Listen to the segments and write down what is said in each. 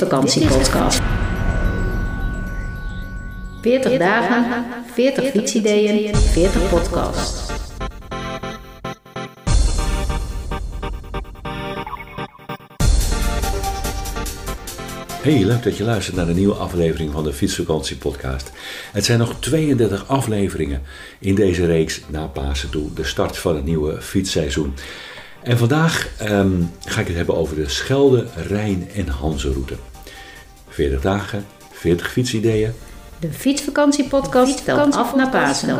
Fietsvakantiepodcast. 40 dagen, 40 fietsideeën, 40 podcasts. Hey, leuk dat je luistert naar de nieuwe aflevering van de Fietsvakantiepodcast. Het zijn nog 32 afleveringen in deze reeks na Pasen toe, de start van het nieuwe fietsseizoen. En vandaag ga ik het hebben over de Schelde, Rijn en Hanzeroute. 40 dagen, 40 fietsideeën. De Fietsvakantiepodcast stelt af naar Pasen.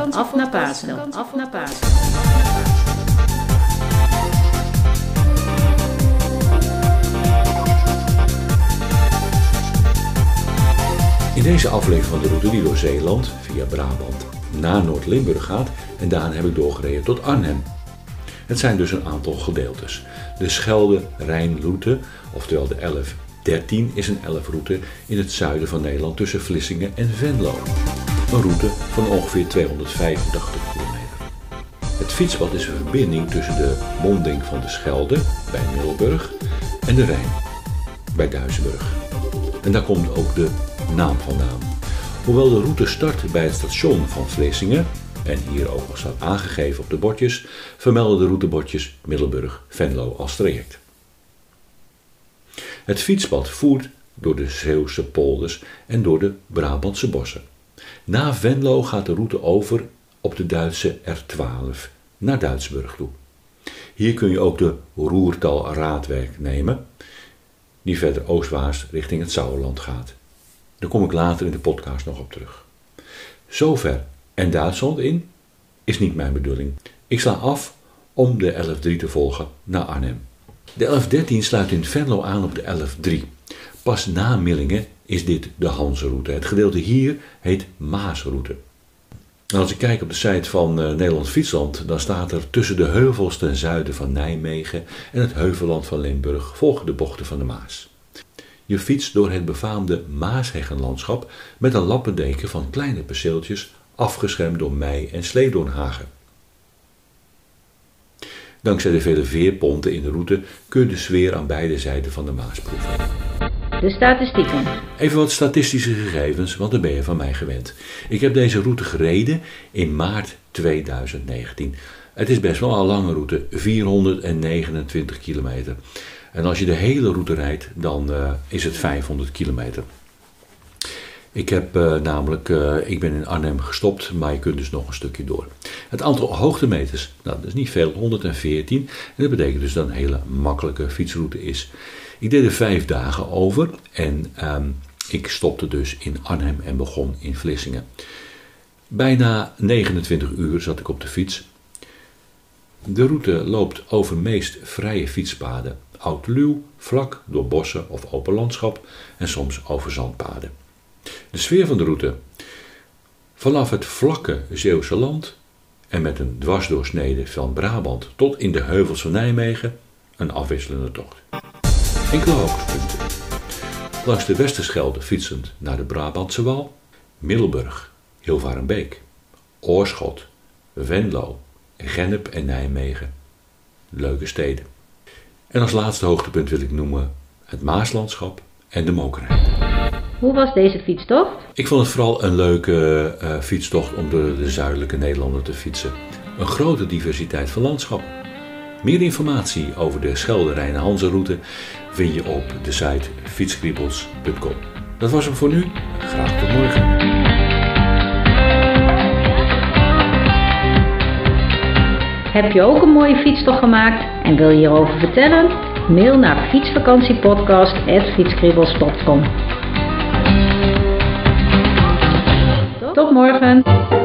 In deze aflevering van de route die door Zeeland, via Brabant, naar Noord-Limburg gaat en daarna heb ik doorgereden tot Arnhem. Het zijn dus een aantal gedeeltes. De Schelde-Rijnroute, oftewel de 1113, is een 11-route in het zuiden van Nederland tussen Vlissingen en Venlo. Een route van ongeveer 285 kilometer. Het fietspad is een verbinding tussen de monding van de Schelde, bij Middelburg, en de Rijn, bij Duisburg. En daar komt ook de naam vandaan. Hoewel de route start bij het station van Vlissingen, en hier ook nog staat aangegeven op de bordjes, vermelden de routebordjes Middelburg-Venlo als traject. Het fietspad voert door de Zeeuwse polders en door de Brabantse bossen. Na Venlo gaat de route over op de Duitse R12 naar Duisburg toe. Hier kun je ook de Roertal-Raadweg nemen, die verder oostwaarts richting het Sauerland gaat. Daar kom ik later in de podcast nog op terug. Zover en Duitsland in is niet mijn bedoeling. Ik sla af om de 11-3 te volgen naar Arnhem. De 11-13 sluit in Venlo aan op de 11-3. Pas na Millingen is dit de Hanzeroute. Het gedeelte hier heet Maasroute. En als ik kijk op de site van Nederlands Fietsland, dan staat er tussen de heuvels ten zuiden van Nijmegen en het heuvelland van Limburg volgen de bochten van de Maas. Je fietst door het befaamde Maasheggenlandschap met een lappendeken van kleine perceeltjes afgeschermd door mei- en sleedoornhagen. Dankzij de vele veerponten in de route kun je de sfeer aan beide zijden van de Maas proeven. De statistieken. Even wat statistische gegevens, want daar ben je van mij gewend. Ik heb deze route gereden in maart 2019. Het is best wel een lange route, 429 kilometer. En als je de hele route rijdt, dan is het 500 kilometer. Ik ben in Arnhem gestopt, maar je kunt dus nog een stukje door. Het aantal hoogtemeters, dat is niet veel, 114. En dat betekent dus dat een hele makkelijke fietsroute is. Ik deed er 5 dagen over en ik stopte dus in Arnhem en begon in Vlissingen. Bijna 29 uur zat ik op de fiets. De route loopt over meest vrije fietspaden. Oud-luw, vlak door bossen of open landschap en soms over zandpaden. De sfeer van de route. Vanaf het vlakke Zeeuwse land en met een dwarsdoorsnede van Brabant tot in de heuvels van Nijmegen een afwisselende tocht. Enkele hoogtepunten. Langs de Westerschelde fietsend naar de Brabantse Wal, Middelburg, Hilvarenbeek, Oorschot, Venlo, Gennep en Nijmegen. Leuke steden. En als laatste hoogtepunt wil ik noemen het Maaslandschap en de Mokerheid. Hoe was deze fietstocht? Ik vond het vooral een leuke fietstocht om door de zuidelijke Nederlanden te fietsen. Een grote diversiteit van landschappen. Meer informatie over de Schelde, Rijn en Hanzeroute vind je op de site fietskriebels.com. Dat was hem voor nu. Graag tot morgen. Heb je ook een mooie fietstocht gemaakt en wil je hierover vertellen? Mail naar fietsvakantiepodcast@fietskriebels.com. Tot morgen!